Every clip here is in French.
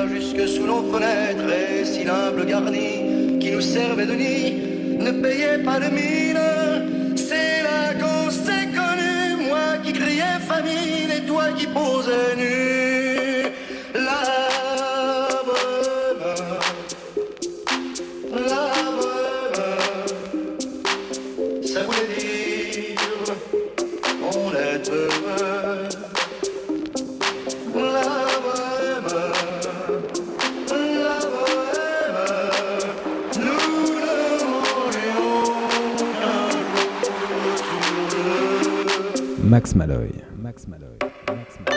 lilas jusque sous nos fenêtres, et si l'humble garni qui nous servait de nid ne payait pas de mine. C'est là qu'on s'est connu, moi qui criais famine et toi qui posais nu. La ça voulait dire on est heureux. La bohème, nous ne mangeons qu'un jour sur deux. Max Malloy. Max Malloy. Max Malloy.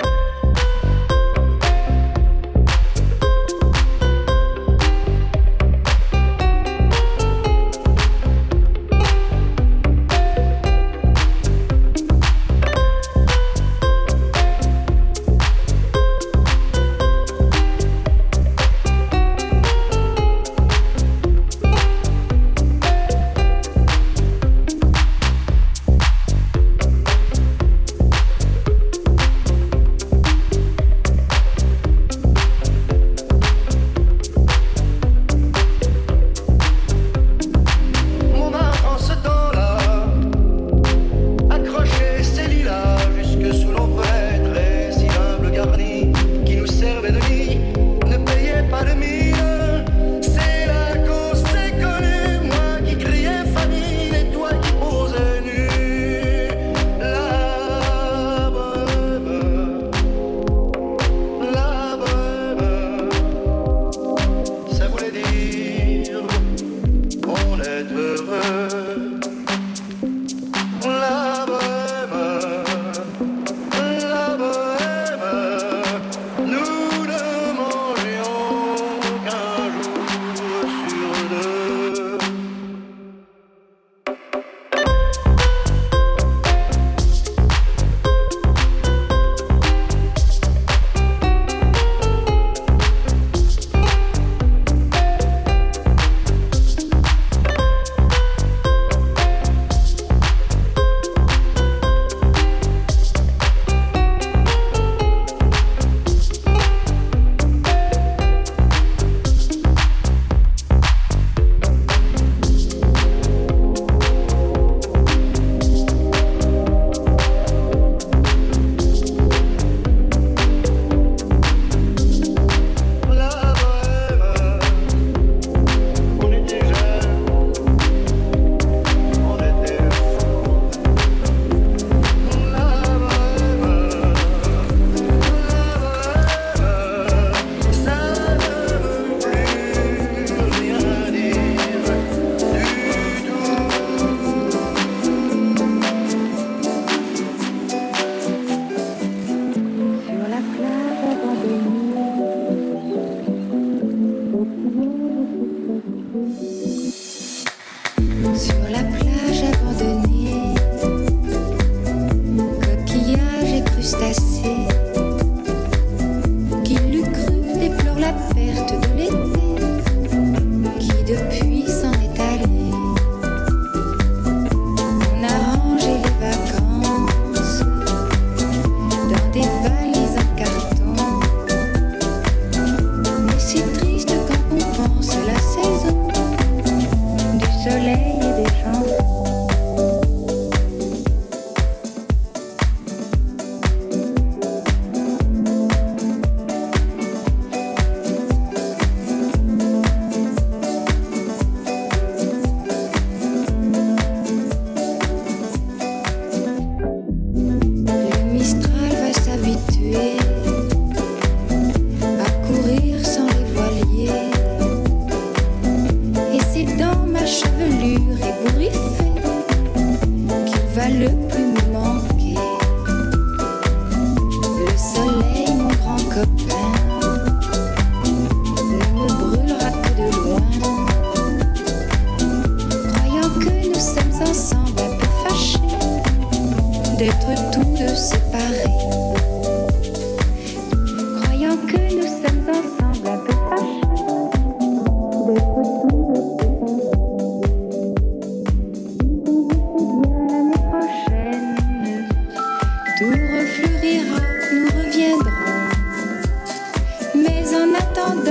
Tout refleurira, nous reviendrons. Mais en attendant,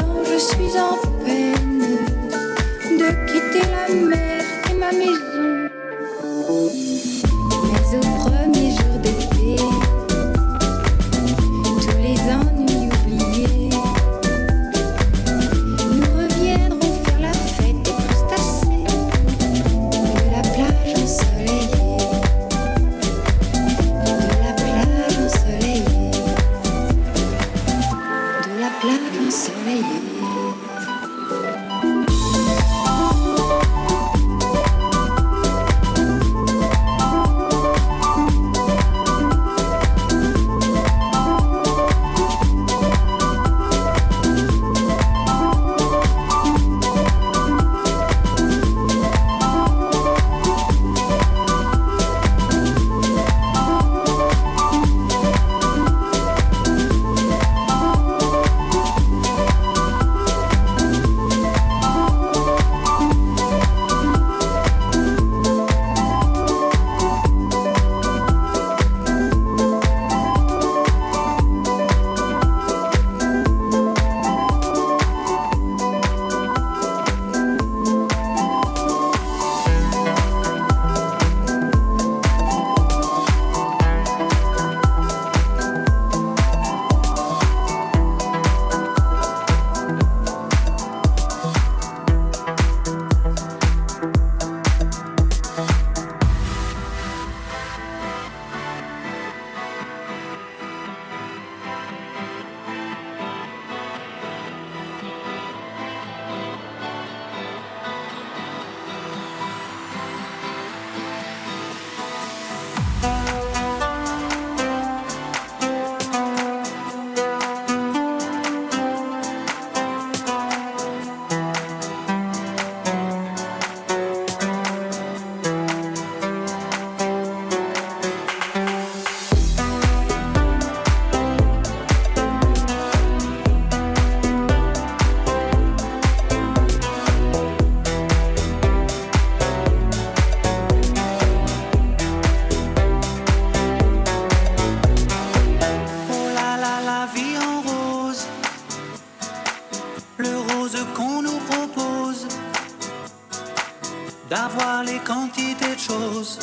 d'avoir les quantités de choses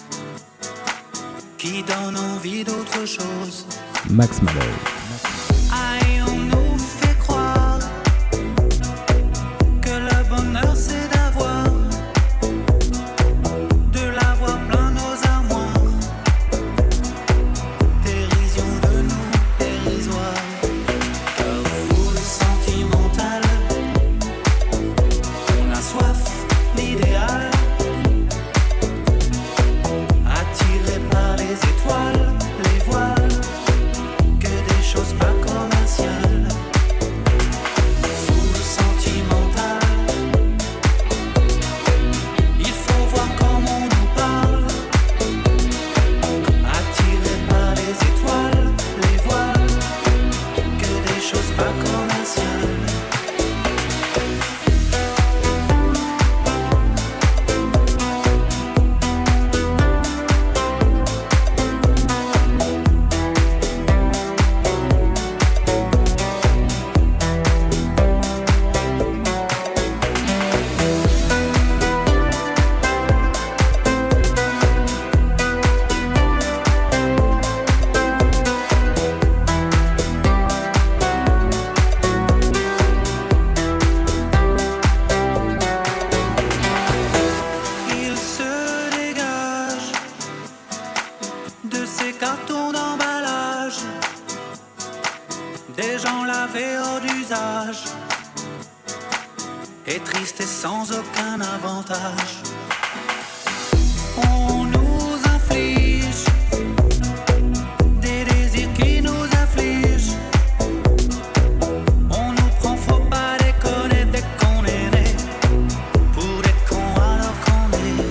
qui donnent envie d'autre chose. Max Malloy. Aïe, on nous fait croire que le bonheur c'est d'avoir plein nos armoires. Dérision de nous, dérisoire. Cœur fou, sentimental. On a soif d'idéal. Attiré par les étoiles, les voiles. Que des choses pas commerciales. Fou, sentimental. Il faut voir comment on nous parle. Attiré par les étoiles, les voiles. Que des choses pas commerciales. Il se dégage de ces cartons d'emballage, des gens lavés hors d'usage, et tristes et sans aucun avantage. On nous inflige des désirs qui nous affligent. On nous prend, faut pas déconner dès qu'on est né. Pour des cons alors qu'on est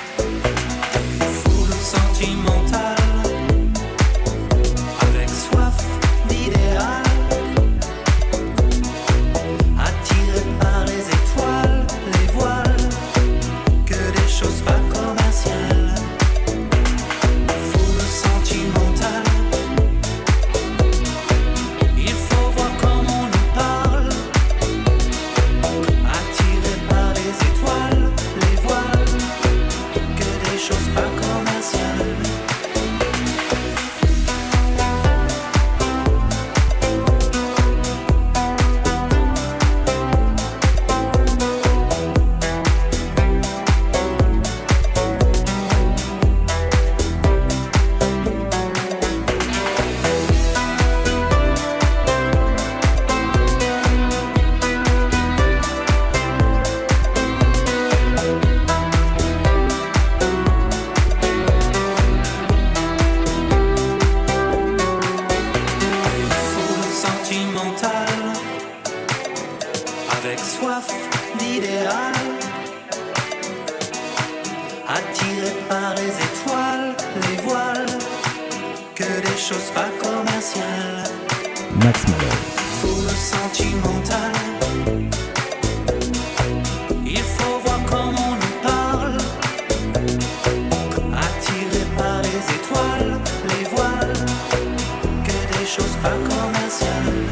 fou sentimental, avec soif d'idéal. Attiré par les étoiles, les voiles. Que des choses pas commerciales. Fou sentimental. Il faut voir comment on nous parle. Attiré par les étoiles, les voiles. Que des choses pas commerciales. Fou sentimental, avec soif d'idéal. Attiré par les étoiles, les voiles. Que des choses pas commerciales. Max Malloy. Fou sentimental. Il faut voir comment on nous parle. Attiré par les étoiles, les voiles. Que des choses pas commerciales.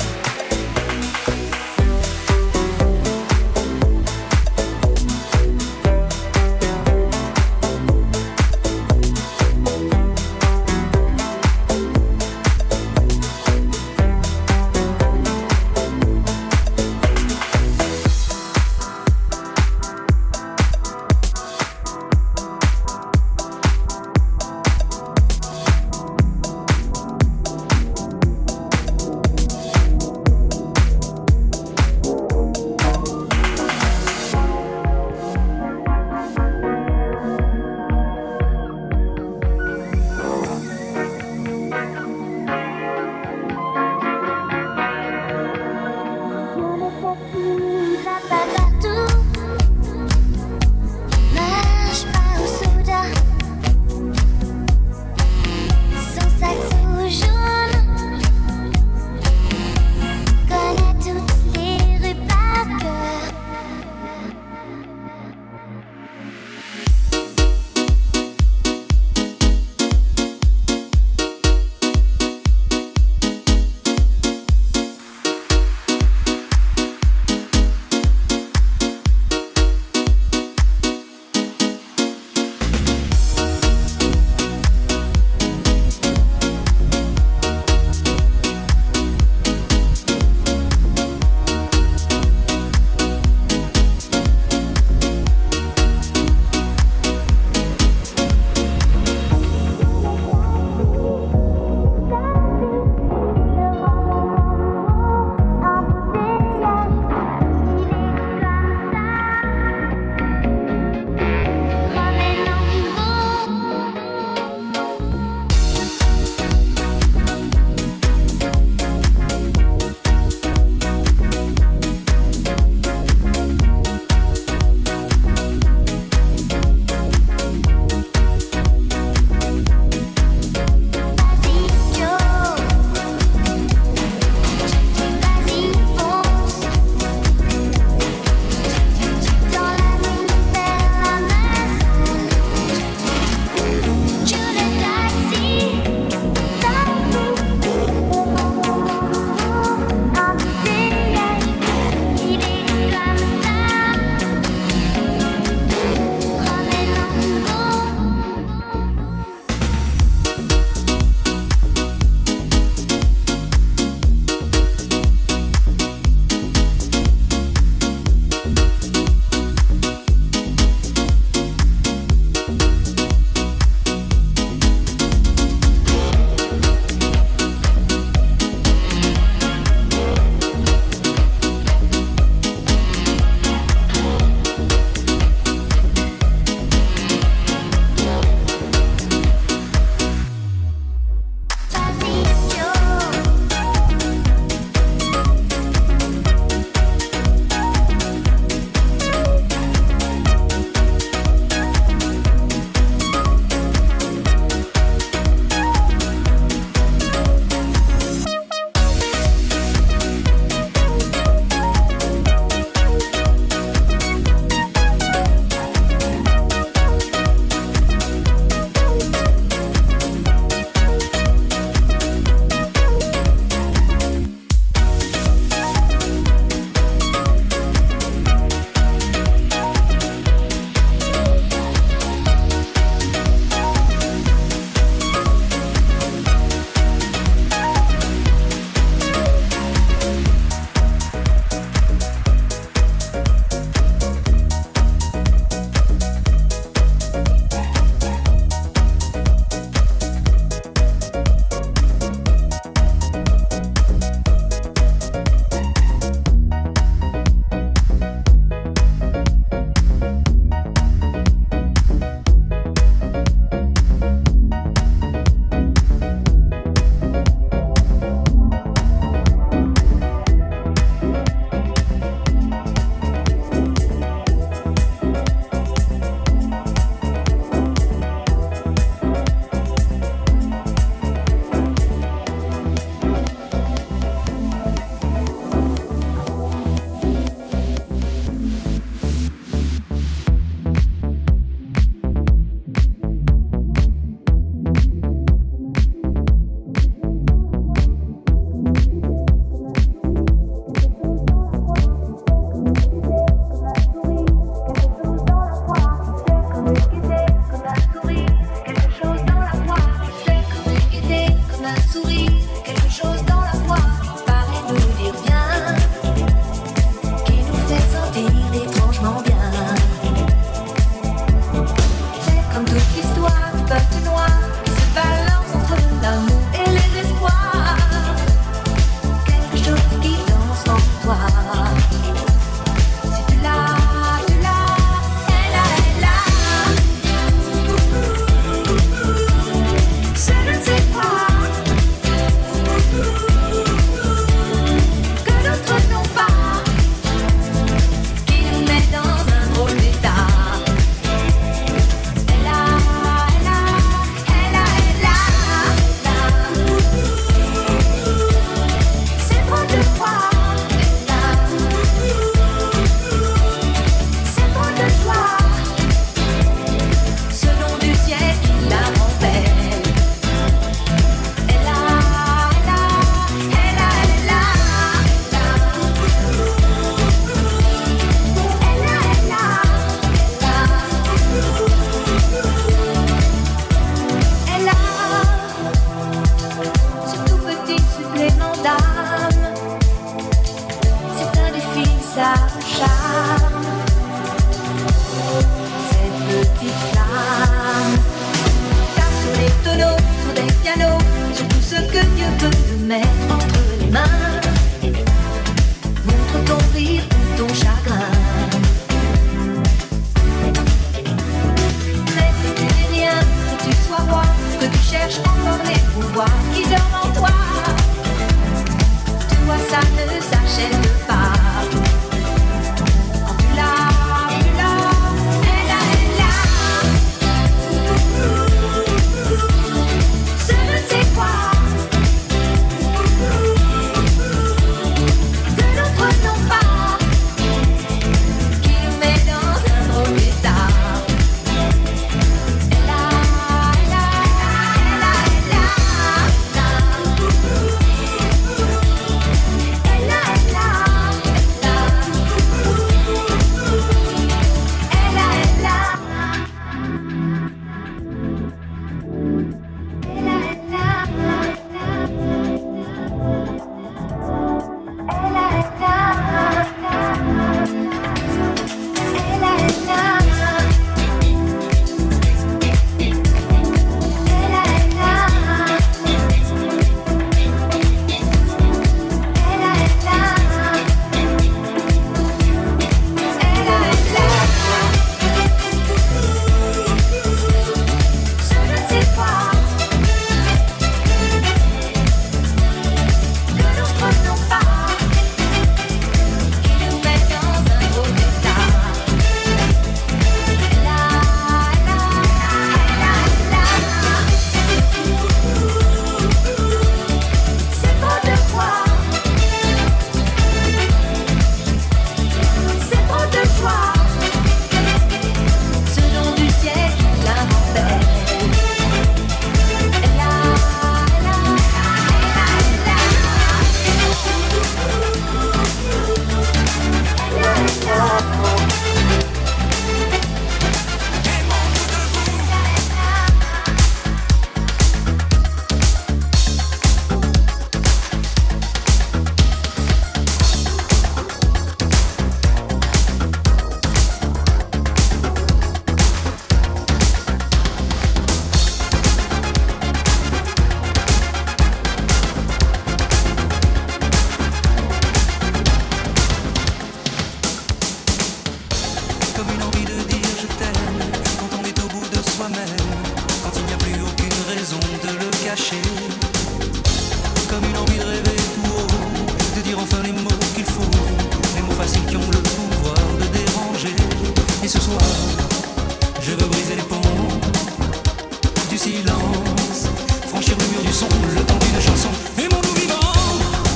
comme une envie de dire je t'aime. Quand on est au bout de soi-même, quand il n'y a plus aucune raison de le cacher. Comme une envie de rêver tout haut, de dire enfin les mots qu'il faut, les mots faciles qui ont le pouvoir de déranger. Et ce soir, je veux briser les ponts du silence, franchir le mur du son, le temps d'une chanson. Aimons-nous vivants,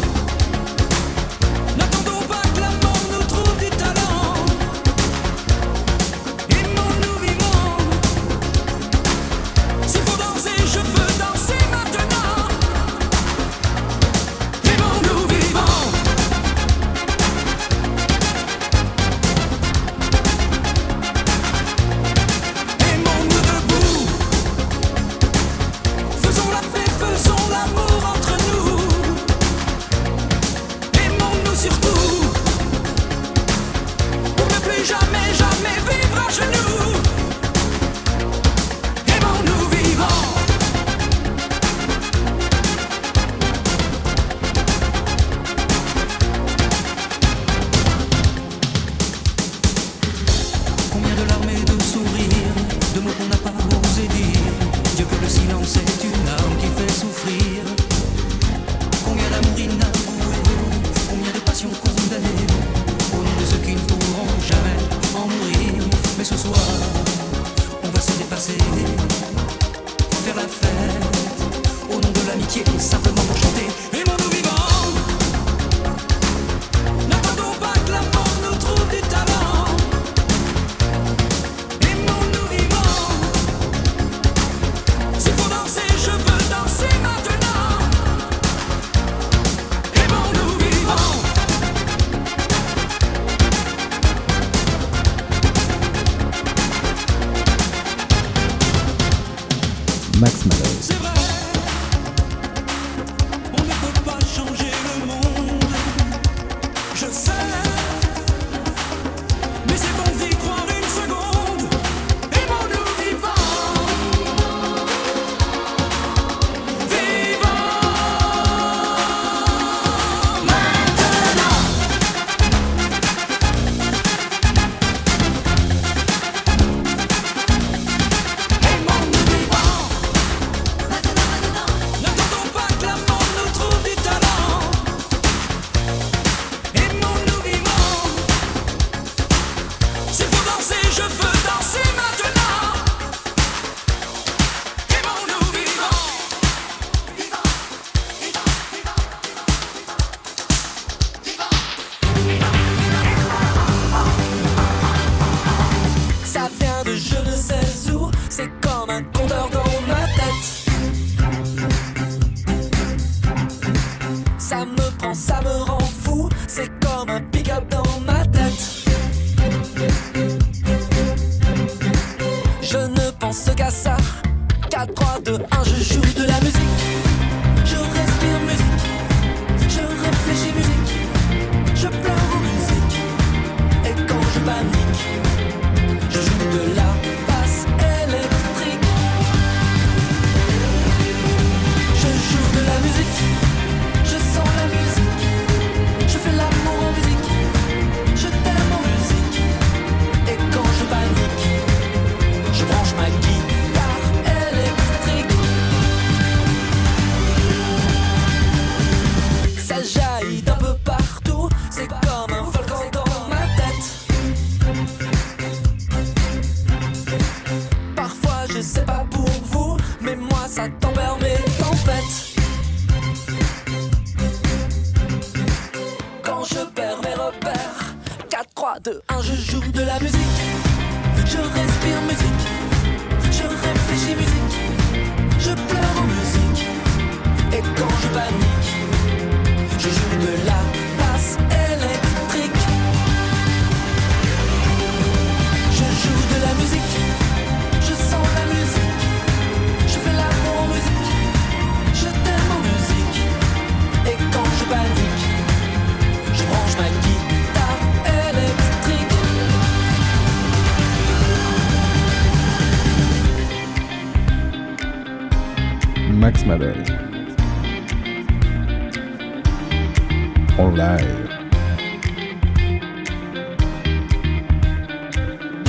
n'attendons pas que la mort nous trouve du talent. Aimons-nous vivants, s'il faut danser, je veux danser maintenant. Aimons-nous vivants. Aimons-nous debout, faisons la paix, faisons l'amour entre nous. Aimons-nous surtout, pour ne plus jamais, jamais vivre à genoux. Aimons-nous vivants. Combien de larmes et de sourires, de mots qu'on n'a pas osé dire. Dieu que le silence est une arme qui fait souffrir. Combien d'amour inavoué, combien de passions condamnées, au nom de ceux qui ne pourront jamais en mourir. Mais ce soir, on va se dépasser, faire la fête, au nom de l'amitié, simplement pour chanter. Aimons-nous vivants, n'attendons pas que la mort nous trouve du talent. Aimons-nous vivants, s'il faut danser, je veux danser maintenant. Aimons-nous vivants. Max Malloy. C'est vrai, on ne peut pas changer le monde, je sais, mais c'est bon d'y croire une seconde. Aimons-nous vivants, vivants maintenant. Aimons-nous vivants, n'attendons pas que la mort nous trouve du talent. Aimons-nous vivants, s'il faut danser, je veux danser maintenant. Aimons-nous vivants. Ça vient de je ne sais où, c'est comme un compteur dans ma tête. Ça me prend, ça me rend fou, c'est comme un pick-up dans ma tête. Je ne pense qu'à ça, 4, 3, 2, 1, je joue de la musique. Je respire musique, je réfléchis musique, je pleure en musique. Et quand je panique, je joue de la basse électrique. Je joue de la musique, je sens la musique, je fais l'amour en musique, je t'aime en musique. Et quand je panique, je branche ma guitare électrique. Ça jaillit d'un peu partout, c'est comme un volcan dans ma tête. Parfois je sais pas pour vous, mais moi ça tempère mes tempêtes. Quand je perds mes repères, 4, 3, 2, 1, je joue de la musique. Je respire musique, je réfléchis musique, je pleure en musique. Et quand je panique, je joue de la basse électrique. Je joue de la musique, je sens la musique, je fais l'amour en musique, je t'aime en musique. Et quand je panique, je branche ma guitare électrique. Max Malloy. En live.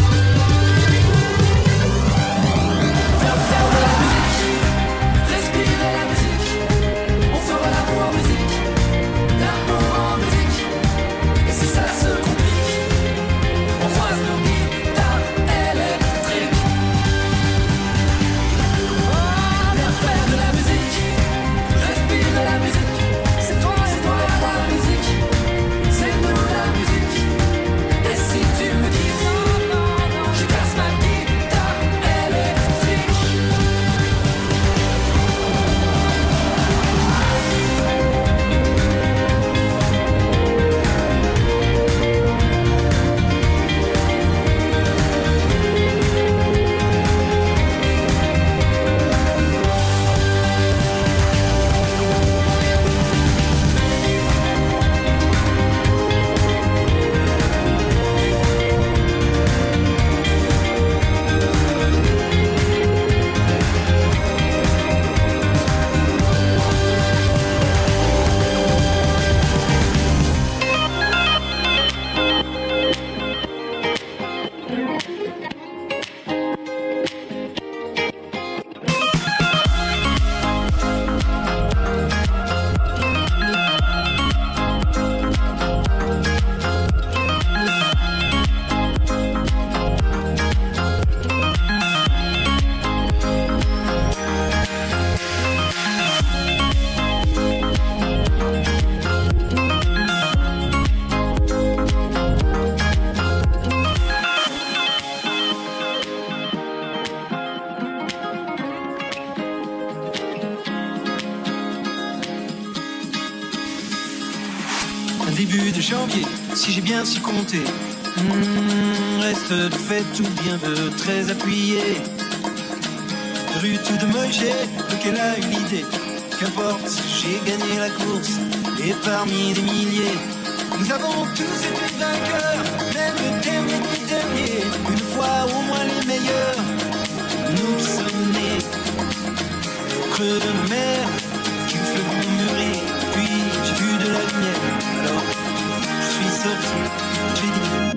début de janvier, si j'ai bien su compter. Reste de fait tout bien de très appuyé. Rue tout de Moïse, lequel a eu l'idée. Qu'importe, j'ai gagné la course, et parmi des milliers, nous avons tous été vainqueurs, même le dernier, une fois au moins les meilleurs. Nous qui sommes nés au creux de nos mers, qui nous ferons mûrir. Puis j'ai vu de la lumière, alors je suis sorti, j'ai dit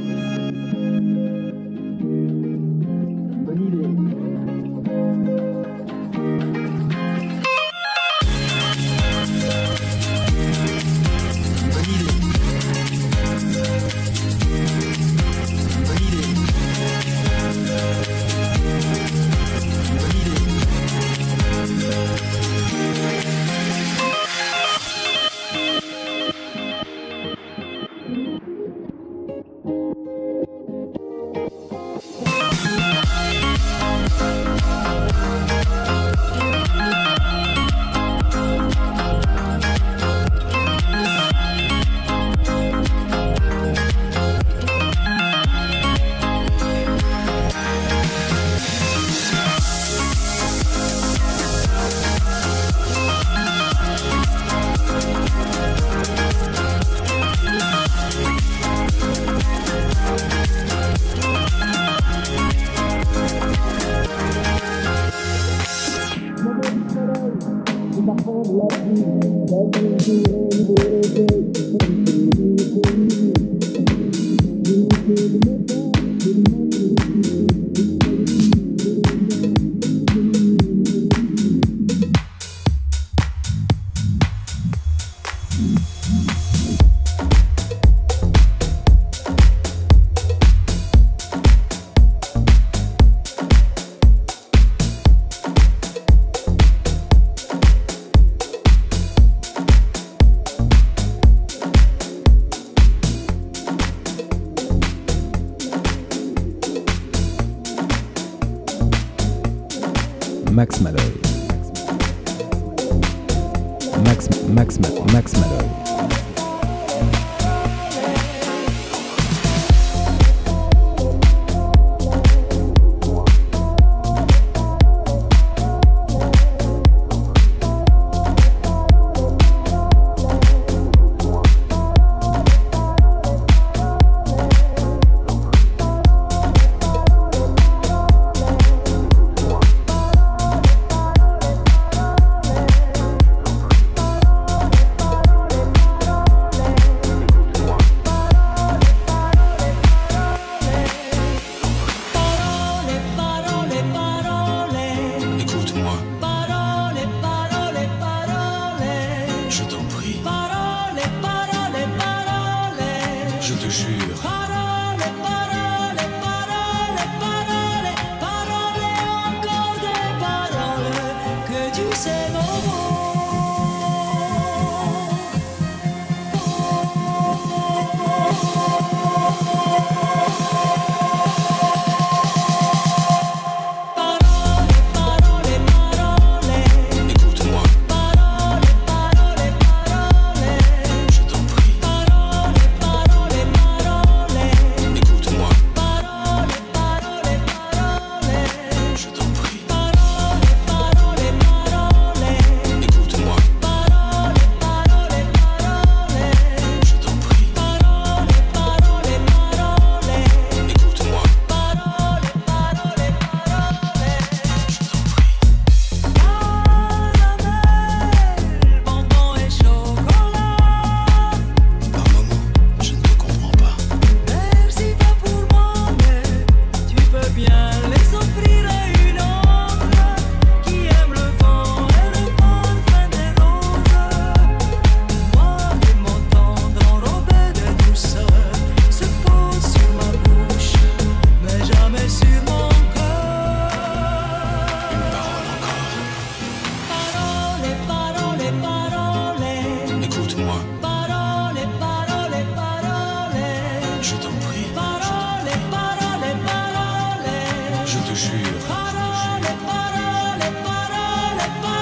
bonne idée. Max Malloy. Max Malloy.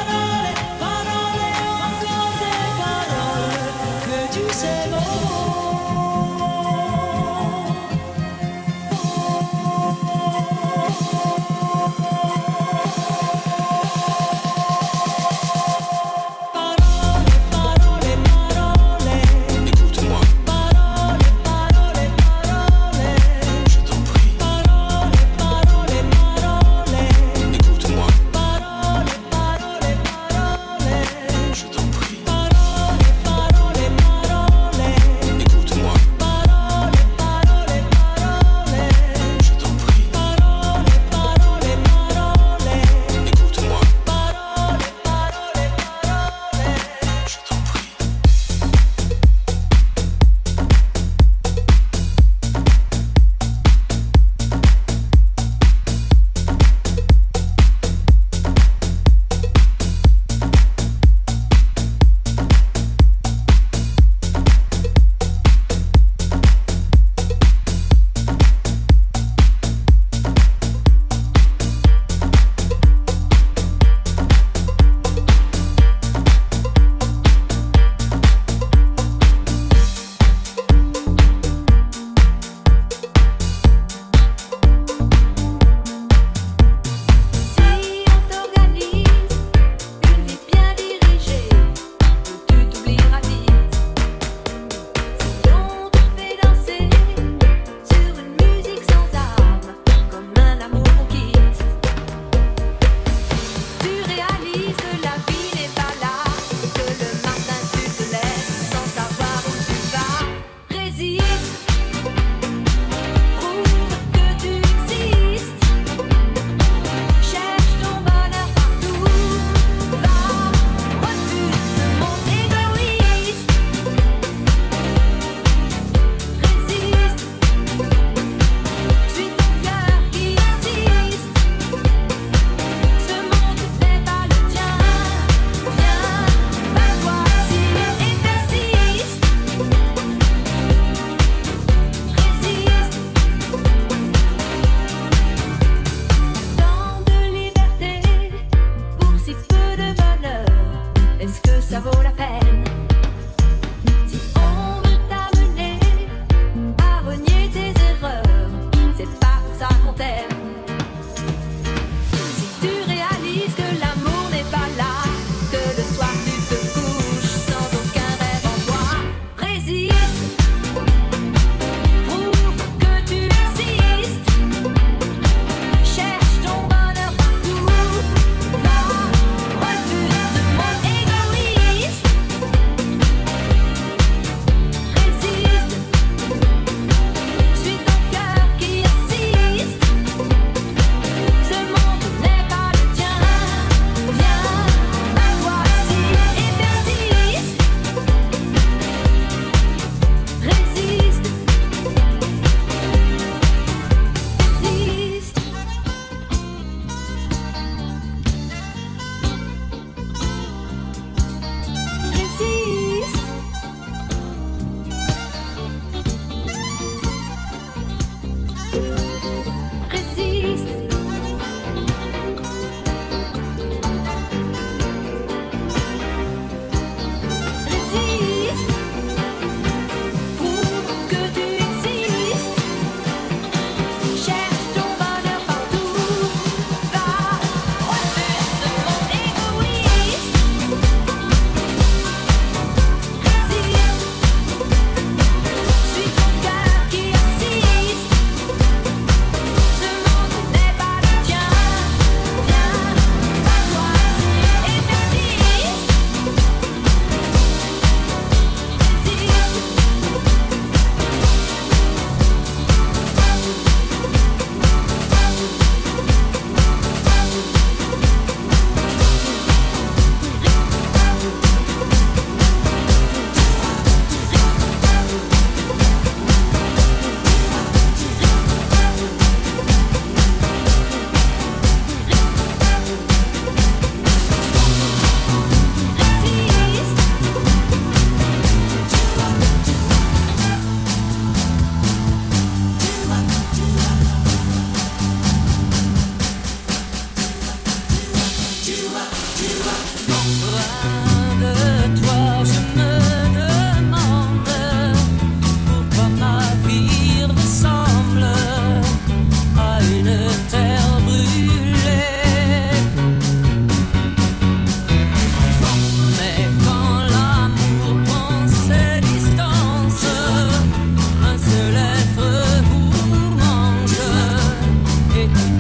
Tu sais, bon.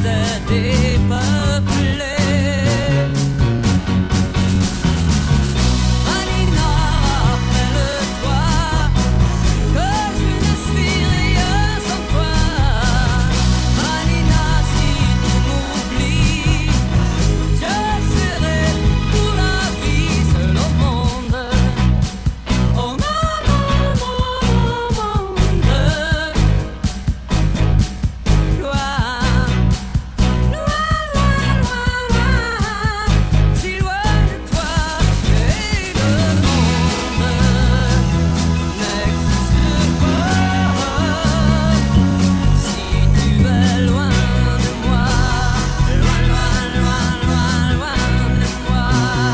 terre dépeuplée. Manina, rappelle-toi que je ne suis rien sans toi. Manina, si tu m'oublies, je serai pour la vie seul au monde. Oh maman, monde, loin, loin, loin, loin, loin, si loin de toi et le monde n'existe pas. Si tu es loin de moi, loin, loin, loin, loin, loin de moi.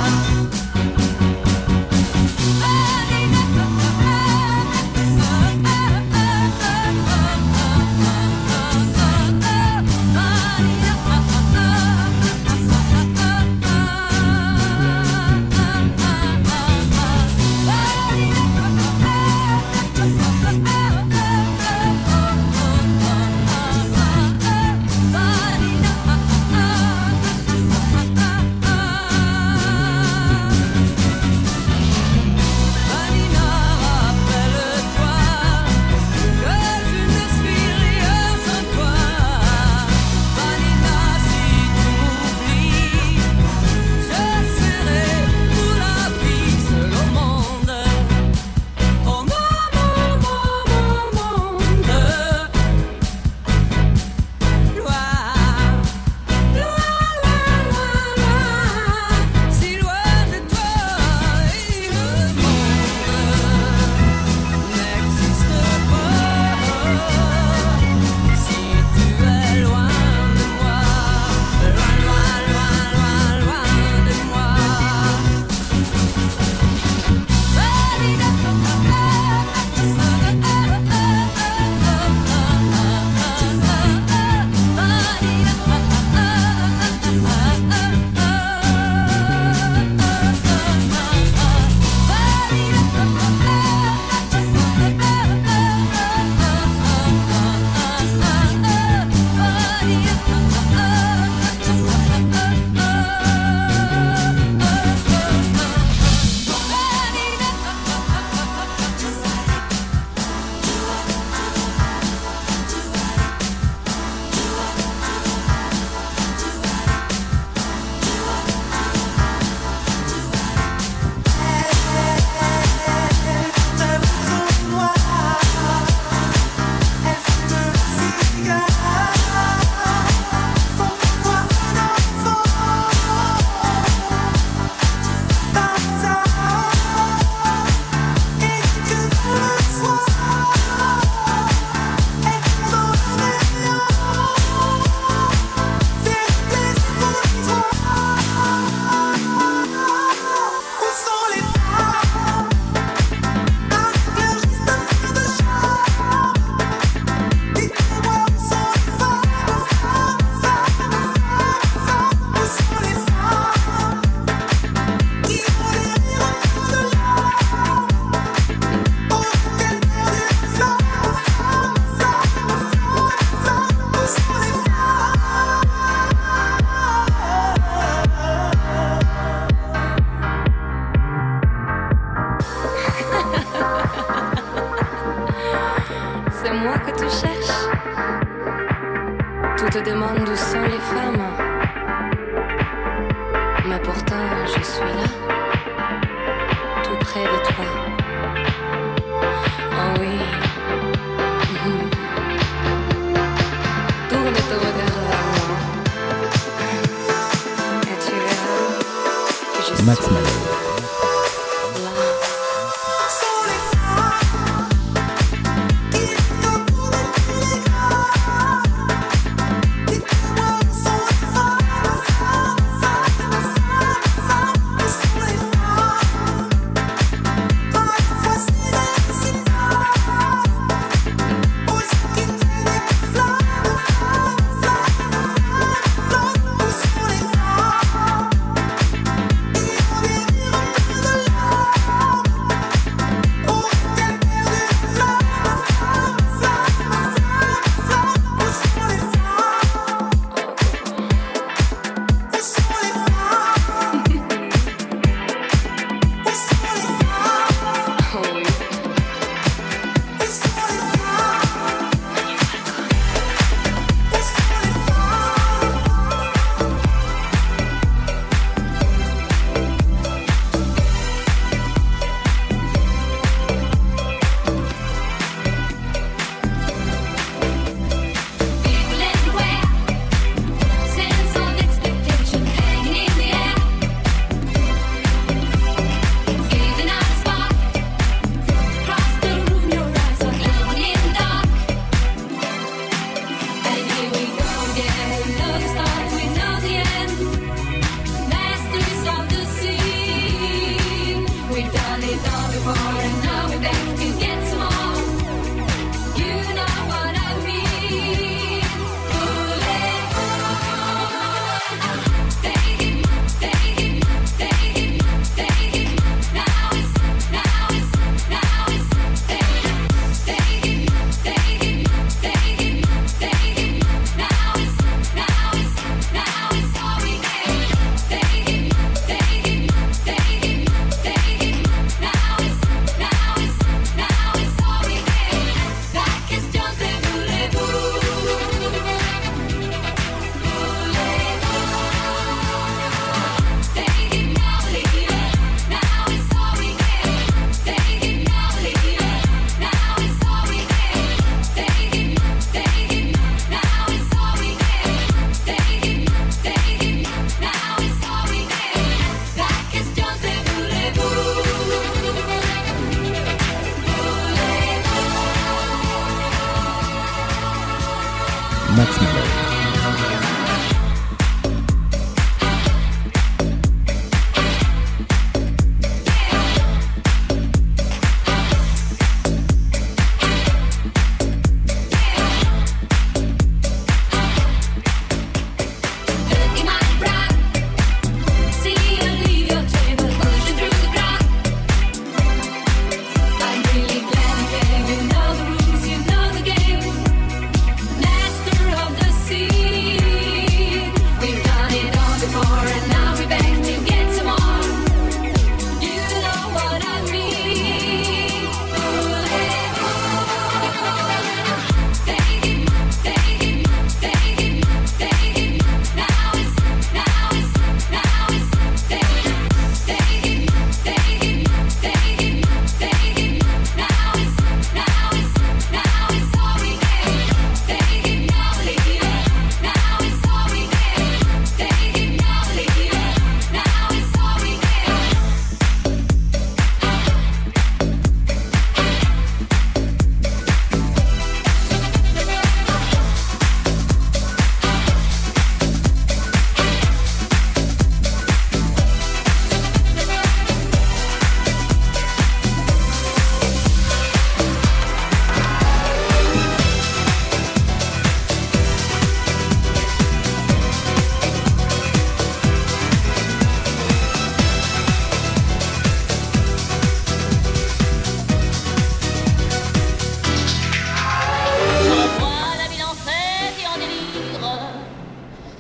Manina, rappelle-toi que je ne suis rien sans toi. Manina, si tu m'oublies, je serai pour la vie seul au monde. Oh maman, monde, loin, loin, loin, loin, loin, si loin de toi et le monde n'existe pas. Si tu es loin de moi, loin, loin, loin, loin, loin de moi. C'est moi que tu cherches. Tu te demandes où sont les femmes. Mais pourtant je suis là, tout près de toi. Oh oui. Tourne ton regard vers moi et tu verras que je Max suis Malloy. là. Où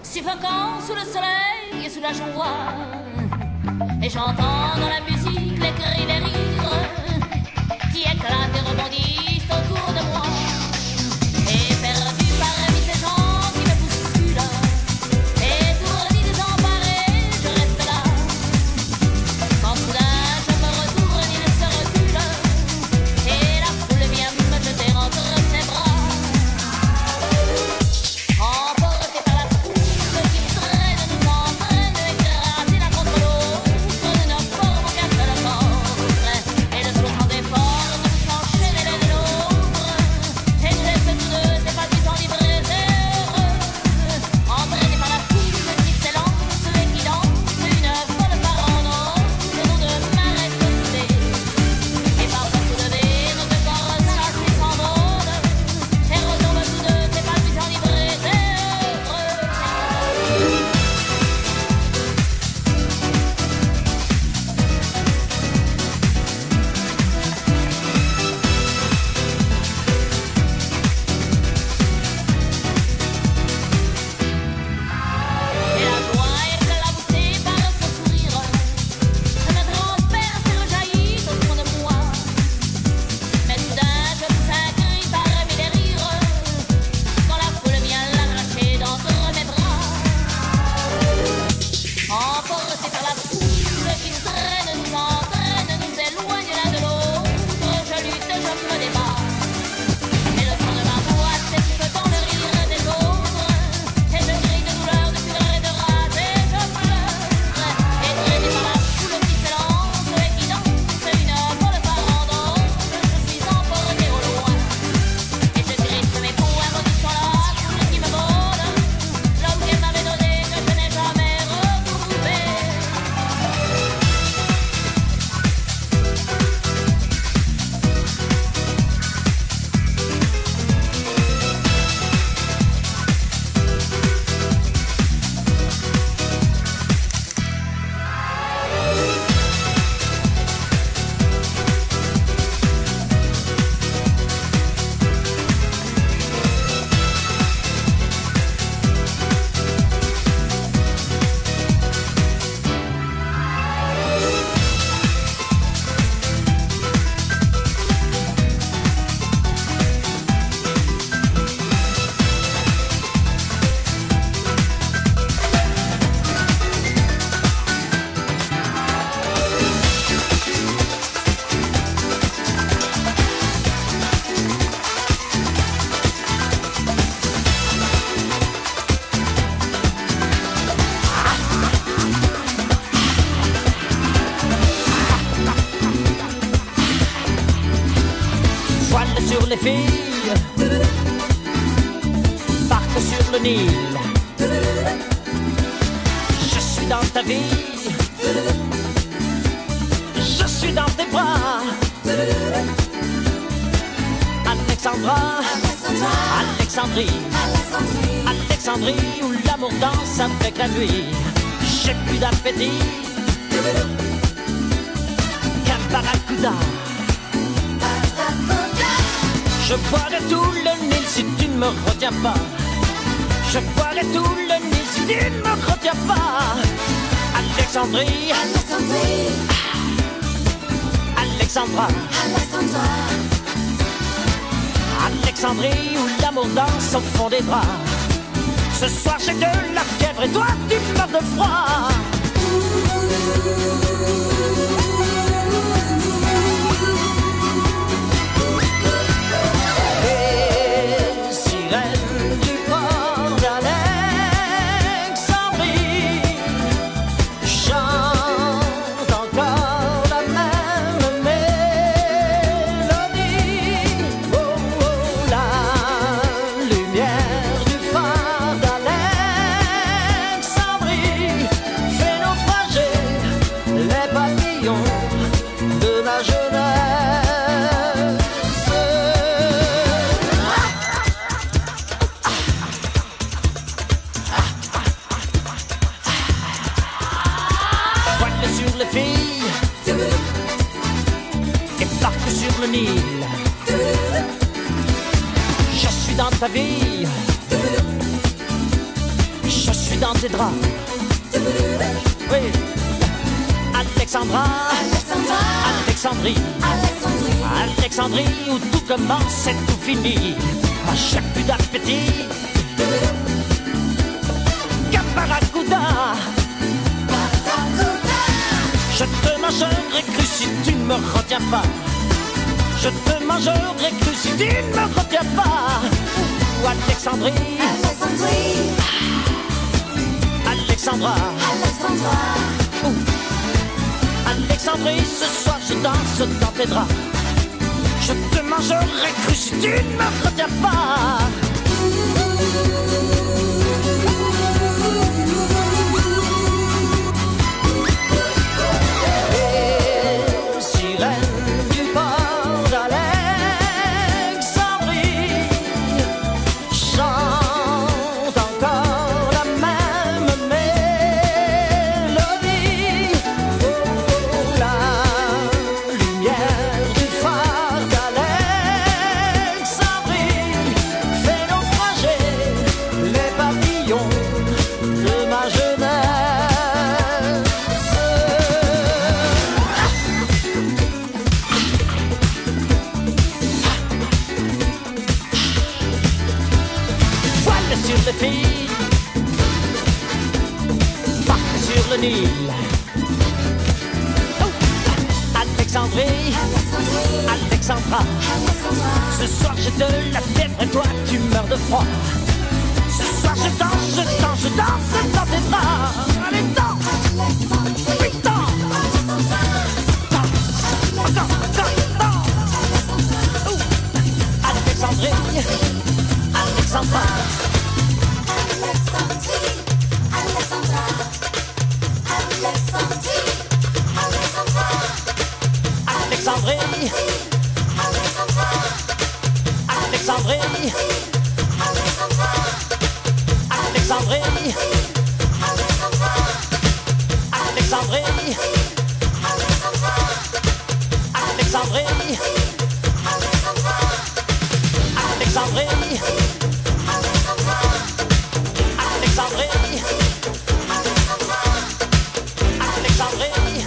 suffocant sous le soleil et sous la joie. Et j'entends dans la musique les cris, les rires qui éclatent et rebondissent autour de moi. Et perdu parmi ces gens qui me bousculent, étourdi, désemparé, je reste là. Quand soudain je me retourne, il se recule et la foule vient me jeter entre ses bras. Emporté par la foule qui me traîne, nous entraîne, écrasé l'un contre l'autre, nous ne formons qu'un seul corps. Et le flot sans effort nous s'enchaîne l'un de l'autre, et nous laisse tous deux s'épanouissant, libres et heureux. Entraînés par la foule qui s'élance et qui danse une folle farandole, nous de marées postées. Et parfois soulevés, nos deux corps enlacés s'envolent, et retombent tous deux s'épanouissant, libres et heureux. Et la joie est éclaboussée par ce sourire, me transperce et rejaillit au fond de moi. Mais soudain je pousse un cri parmi les rires, quand la foule vient l'arracher d'entre mes bras. Emporté par la foule qui nous traîne, nous entraîne, nous éloigne l'un de l'autre, je lutte, je me débat. Et le son de ma voix s'écoute dans le rire des autres, et je crie de douleur, de fureur et de rage, et je pleure. Et traîné par la foule qui s'élance et qui danse une folle farandole, je suis emporté au loin. Et je crispe mes poings, maudissant la foule qui me vole, l'homme qu'elle m'avait donné, que je n'ai jamais retrouvé. Voile sur les filles, barque sur le Nil. Je suis dans ta vie, je suis dans tes bras. Alexandra, Alexandrie, Alexandrie où l'amour danse avec la nuit. J'ai plus d'appétit qu'un barracuda. Je boirai tout le Nil si tu ne me retiens pas. Je boirai tout le Nil si tu ne me retiens pas. Alexandrie, Alexandrie, Alexandra, Alexandra, Alexandrie où l'amour danse au fond des bras. Ce soir j'ai de la fièvre et toi tu meurs de froid. Les sirènes du port d'Alexandrie chantent encore la même mélodie. Oh, oh, la lumière du phare d'Alexandrie fait naufrager les papillons de ma jeunesse. Voile sur les filles et barque sur le Nil. Je suis dans ta vie, je suis dans tes draps. Oui. Alexandra, Alexandrie, Alexandrie où tout commence et tout finit. À chaque plus d'appétit. Caparacuda, je te mangerai cru si tu ne me retiens pas. Je te mangerai cru si tu ne me retiens pas. Ou Alexandrie, Alexandra, Alexandrie, ce soir je danse dans tes draps. Je te mangerai cru si tu ne me retiens pas. Les sirènes du port d'Alexandrie chantent encore la même mélodie. Oh, la lumière du phare d'Alexandrie fait naufrager les papillons de ma jeunesse. Voile sur le fil, barque sur le Nil. Oh, Alexandrie, Alexandra, ce soir j'ai de la fièvre et toi tu meurs de froid. Ce soir je danse, je danse, je danse dans tes bras. Allez, danse, oui, danse, danse, encore, danse. Oh, Alexandrie, Alexandra, Alexandrie, Alexandrie, Alexandrie, Alexandrie, Alexandrie, Alexandrie, Alexandrie, Alexandrie,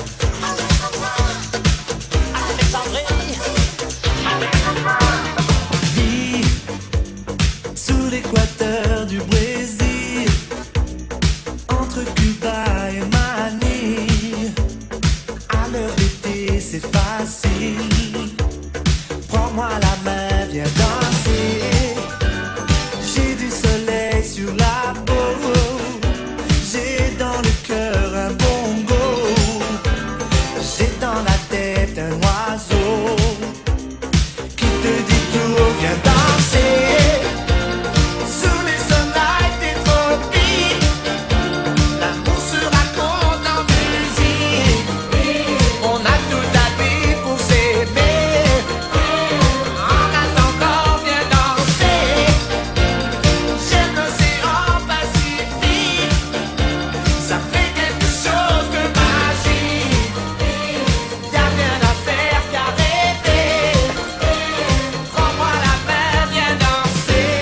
Vie sous l'équateur du Brésil, entre Cuba et Manille. À l'heure d'été, c'est facile. Prends-moi la main, viens danser. J'ai du soleil sur la peau. J'ai dans le cœur un bongo. J'ai dans la tête un oiseau qui te dit tout, viens danser. Sous les soleils des tropiques, l'amour se raconte en musique. On a tout à dire pour s'aimer. En attendant, viens danser. J'aime l'océan Pacifique. Ça fait quelque chose de magique. Y'a rien à faire qu'à rêver. Prends-moi la main, viens danser.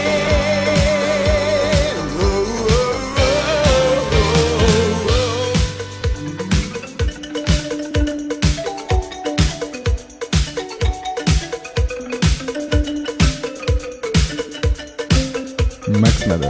Oh, oh, oh, Max Madol.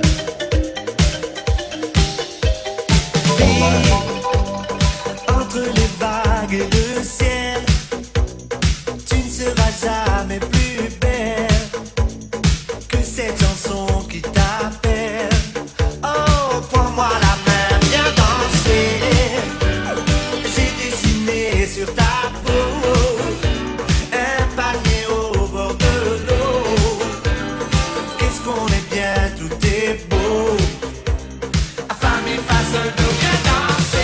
Entre les vagues et le ciel, tu ne seras jamais plus belle que cette chanson qui t'appelle. Oh, prends-moi la main, viens danser. J'ai dessiné sur ta peau un palmier au bord de l'eau. Qu'est-ce qu'on est bien, tout est beau. Femme et face de viens danser.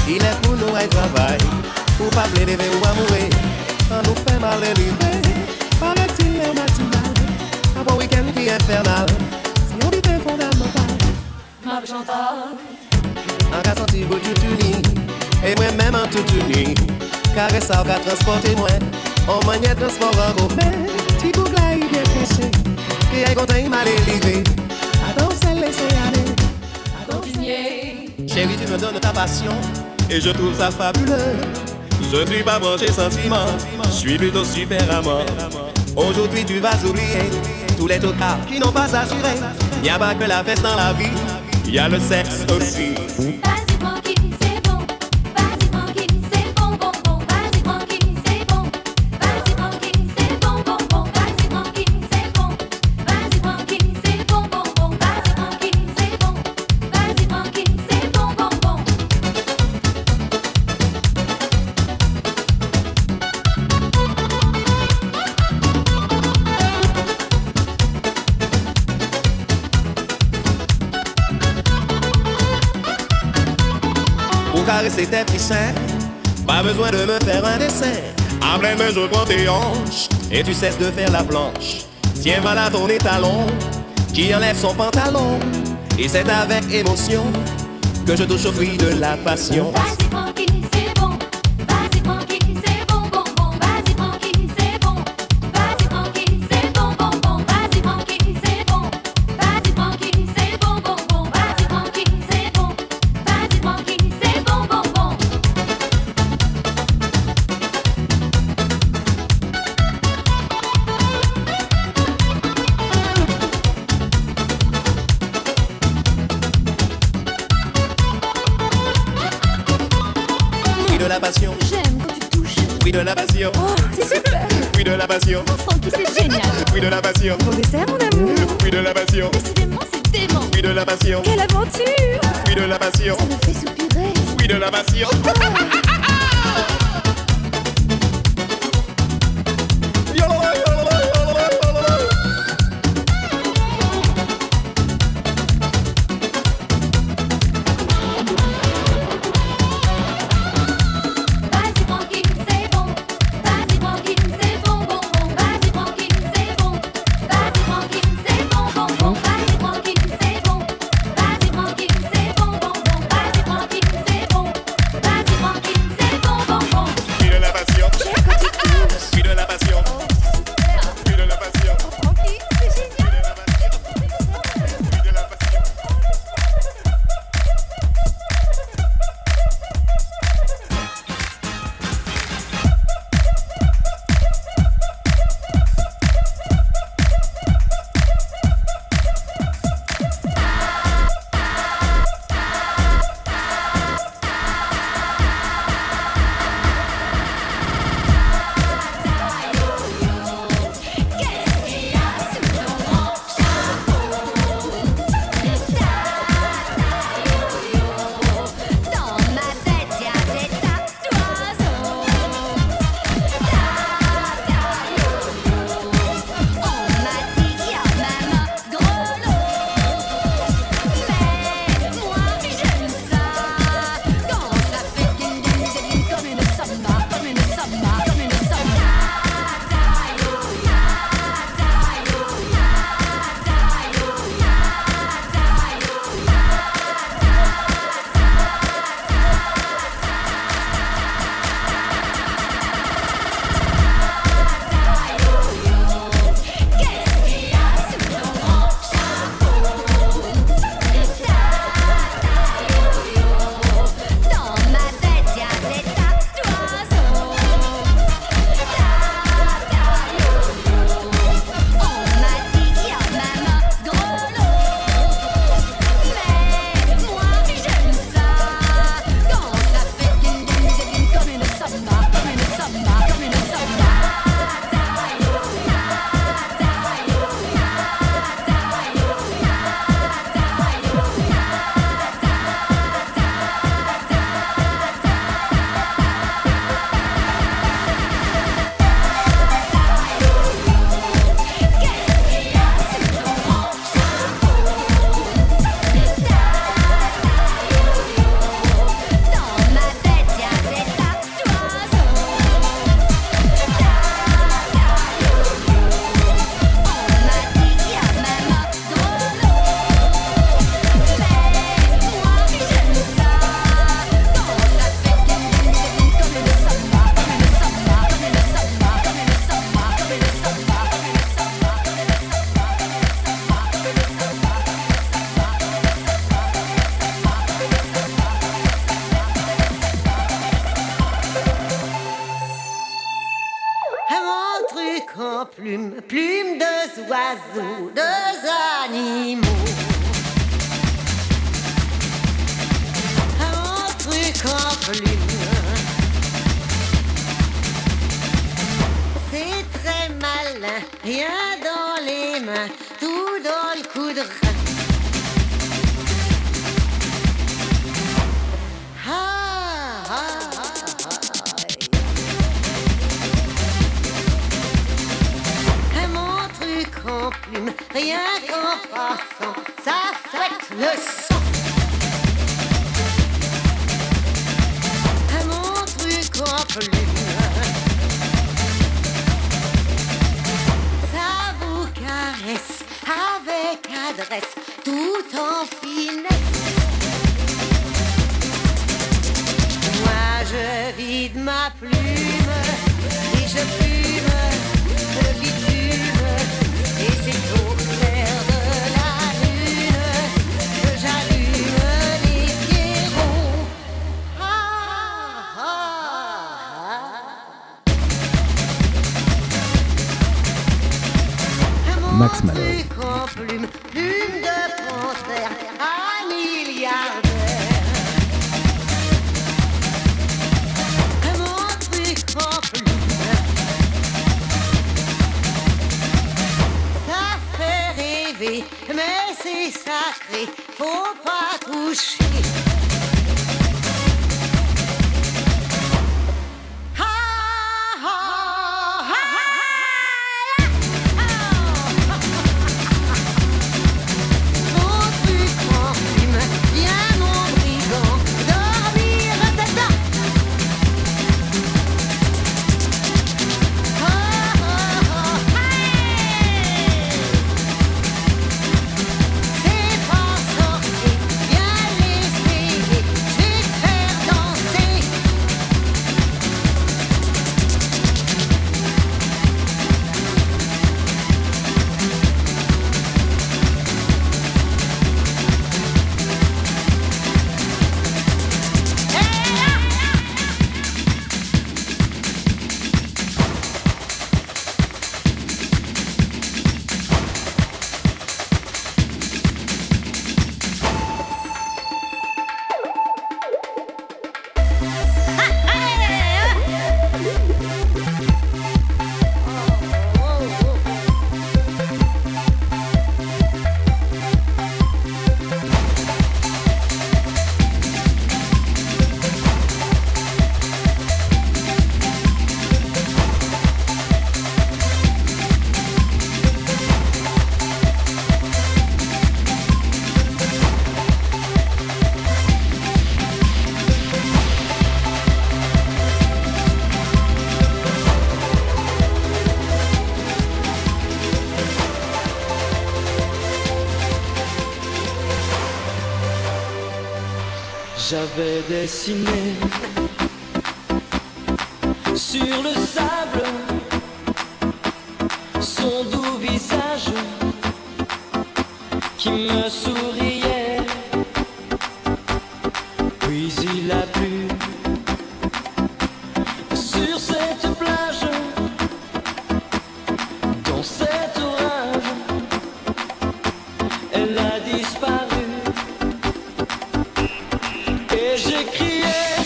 Il est pour nous un travail, pour pas plaider ou amourer. On nous fait mal et livré, paraît-il les matinales. Un bon week-end qui est infernal, si on vit fondamental. Marc Chantal, en cas senti beau tout uni, et moi-même en tout uni. Caresse ça va transporter moi, on maniait transport en commun. Ti bougla il est pressé, et est content il m'a délivré. Attends, c'est laisser aller. continuez. Chérie, tu me donnes ta passion et je trouve ça fabuleux. Je ne suis pas branché sentiment, je suis plutôt super amant. Aujourd'hui tu vas oublier tous les tocards qui n'ont pas assuré. Y a pas que la fête dans la vie, y a le sexe aussi. Vas-y tranquille, c'est bon. Vas-y tranquille, c'est bon, bon, bon. Vas-y tranquille, c'est bon. Vas-y tranquille, c'est bon, bon, bon. Vas-y tranquille, c'est bon. Vas-y tranquille, c'est bon, bon, bon. Vas-y tranquille, c'est bon. Vas-y tranquille, c'est bon, bon, bon. Pour caresser tes petits seins, pas besoin de me faire un dessin. En pleine main je prends tes hanches et tu cesses de faire la planche. Tiens voilà ton étalon qui enlève son pantalon. Et c'est avec émotion que je touche au fruit de la passion. Vas-y tranquille, c'est bon. Vas-y tranquille, c'est bon, bon, bon. Vas-y tranquille, c'est bon. Vas-y tranquille, c'est bon, bon, bon. Vas-y tranquille, c'est bon. Vas-y tranquille, c'est bon, bon, bon. Vas-y tranquille, c'est bon. Vas-y tranquille, c'est bon, bon, bon. Fruit de la passion, J'aime quand tu touches. fruit de la passion, Oh, c'est super. fruit de la passion, Francky, c'est génial. fruit de la passion, Bon dessert, mon amour. fruit de la passion, Décidément, c'est dément. fruit de la passion, Quelle aventure. fruit de la passion, Ça me fait soupirer. fruit de la passion. Vas-y tranquille, c'est bon. Vas-y tranquille, c'est bon, bon, bon. Vas-y tranquille, c'est bon. Vas-y tranquille, c'est bon, bon, bon. Vas-y tranquille, c'est bon. Vas-y tranquille, c'est bon, bon, bon. Vas-y tranquille, c'est bon. Vas-y tranquille, en plume, plume de oiseaux, de animaux. Un truc en plume, c'est très malin, rien dans les mains, tout dans le coup de rein. En plume, rien qu'en passant, ça fouette le sang. Mon truc en plume, ça vous caresse avec adresse, tout en finesse. Moi je vide ma plume et je plume le bitume. Et c'est au clair de la lune que j'allume les pierrots. Max Malloy. Mon truc en plume, plume de panthère, un milliardaire. Mon truc en plume, mais c'est sacré, faut pas toucher. Mon truc en plume, viens mon brigand, dormir dedans. J'avais dessiné sur le sable son doux visage qui me souriait. Puis il a plu sur cette plage, dans cet orage, elle a disparu. Et j'ai crié,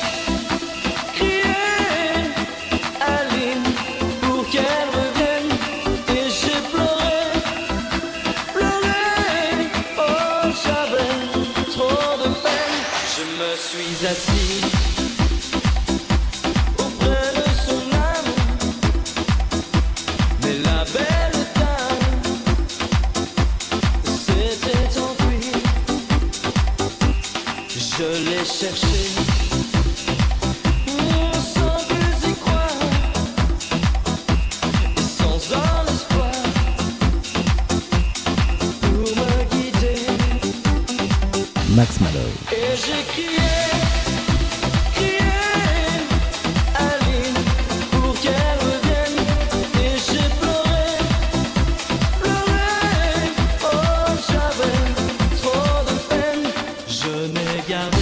Aline, pour qu'elle revienne. Et j'ai pleuré, oh j'avais trop de peine. Je me suis assis auprès de son âme, mais la belle dame s'était enfuie. Je l'ai cherché sans plus y croire et sans un espoir pour me guider. Max Malloy. Et j'ai crié, Aline, pour qu'elle revienne. Et j'ai pleuré, oh j'avais trop de peine. Je n'ai gardé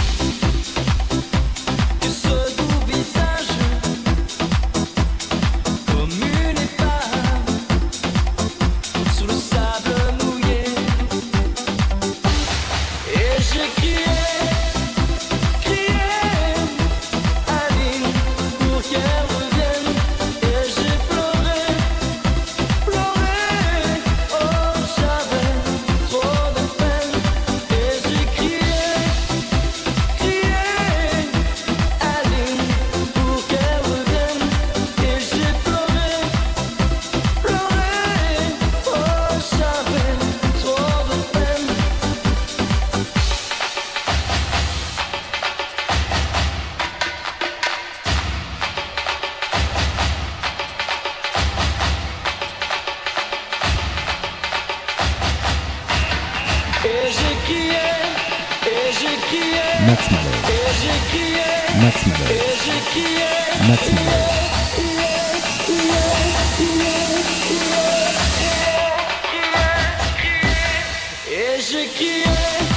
que ce doux visage comme une épave Max Malloy. Max Malloy. Et j'ai crié,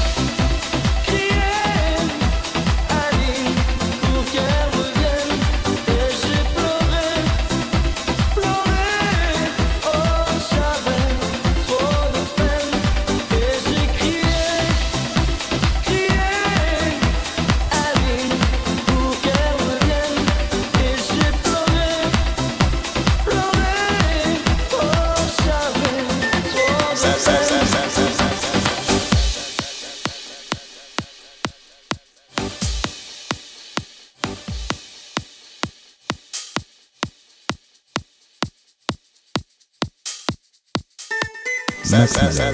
Aline, pour qu'elle revienne. Et j'ai pleuré, oh j'avais trop de peine. Et j'ai crié, Aline, pour qu'elle revienne. Et j'ai pleuré, oh j'avais trop de peine. Max Malloy.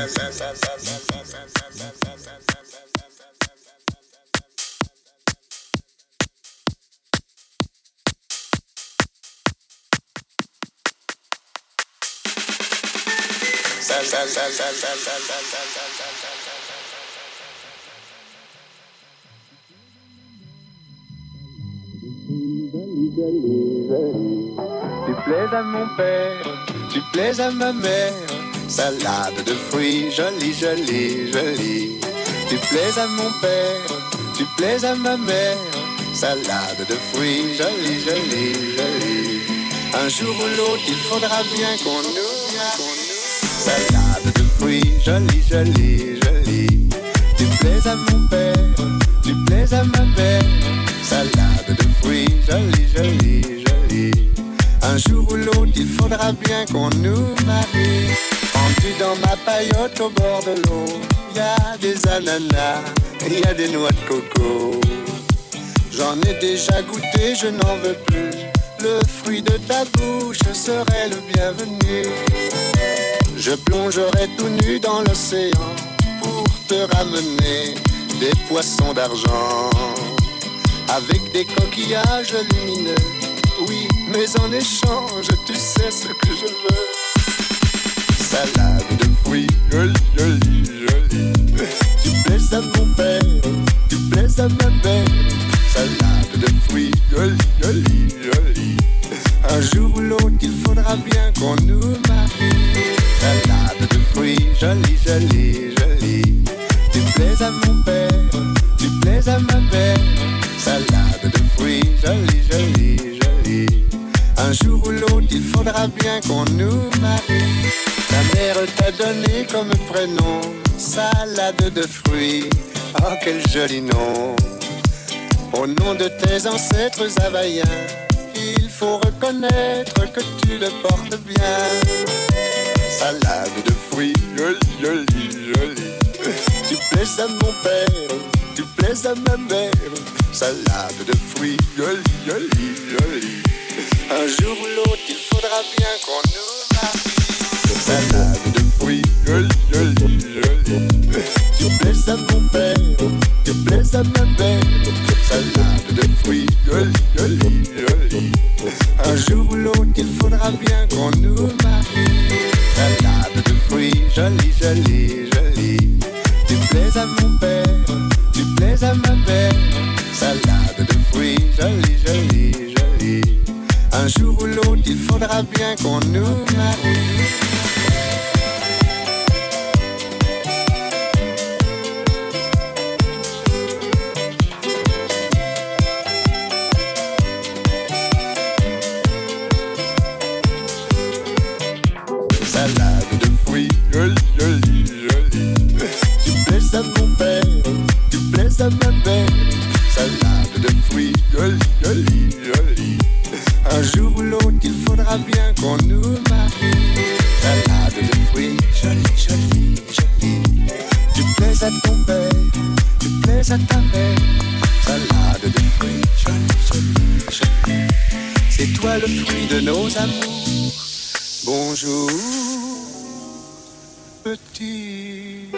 Tu plais à mon père, tu plais à ma mère. Salade de fruits, jolie, jolie, jolie. Tu plais à mon père, tu plais à ma mère. Salade de fruits, jolie, jolie, jolie. Un jour ou l'autre, il faudra bien qu'on nous salade de fruits, jolie, jolie, jolie. Tu plais à mon père, tu plais à ma mère. Salade de fruits, jolie, jolie, jolie. Un jour ou l'autre, il faudra bien qu'on nous marie. Pendu dans ma paillote au bord de l'eau, y a des ananas, y a des noix de coco. J'en ai déjà goûté, je n'en veux plus. Le fruit de ta bouche serait le bienvenu. Je plongerai tout nu dans l'océan pour te ramener des poissons d'argent avec des coquillages lumineux. Oui, mais en échange, tu sais ce que je veux. Salade de fruits, jolie, jolie, jolie. Tu plais à mon père, tu plais à ma mère. Salade de fruits, jolie, jolie, jolie. Un jour ou l'autre, il faudra bien qu'on nous marie. Salade de fruits, jolie, jolie, jolie. Tu plais à mon père, tu plais à ma mère. Salade de fruits, jolie, jolie, jolie. Un jour ou l'autre, il faudra bien qu'on nous marie. Ta mère t'a donné comme prénom salade de fruits. Oh, quel joli nom. Au nom de tes ancêtres havaïens, il faut reconnaître que tu le portes bien. Salade de fruits, jolie, jolie, jolie. Tu plais à mon père, tu plais à ma mère. Salade de fruits, jolie, jolie, jolie. Un jour ou l'autre, il faudra bien qu'on nous marie. Salade de fruits, jolie, jolie, jolie. Tu plais à mon père, tu plais à ma mère. Salade de fruits, jolie, jolie, jolie. Un jour ou l'autre, il faudra bien qu'on nous marie. Salade de fruits, jolie, jolie, jolie. Tu plais à mon père, tu plais à ma mère. Salade de fruits, jolie, jolie, jolie. Un jour ou l'autre, il faudra bien qu'on nous marie. Salade de fruits, jolie, jolie, jolie. Tu plais à mon père, tu plais à ma mère. Salade de fruits, jolie, jolie, jolie. Un jour ou l'autre, il faudra bien qu'on nous marie. Salade de fruits, jolie, jolie, jolie. Tu plais à ton père, tu plais à ta mère. Salade de fruits, jolie, jolie, jolie. C'est toi le fruit de nos amours. Bonjour, petit.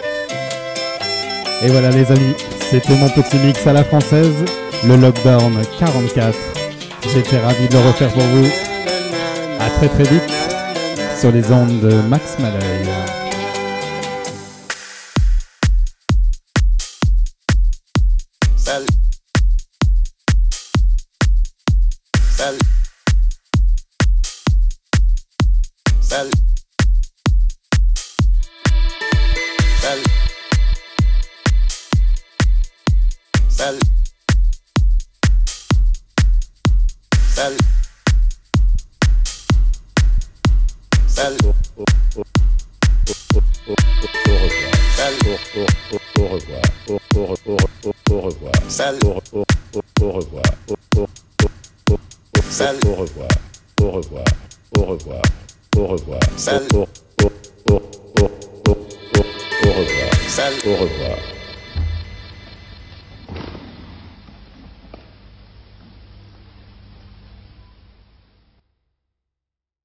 Et voilà les amis, c'était mon petit mix à la française, le Lockdown 44. J'étais ravi de le refaire pour vous. À très très vite sur les ondes de Max Malloy. Salut. Salut. Salut. Salut. Salut. Salut. Au revoir. Au revoir. Salut. Au revoir. Salut. Au revoir. Au revoir. Au revoir. Au revoir. Salut. Au revoir. Salut. Au revoir.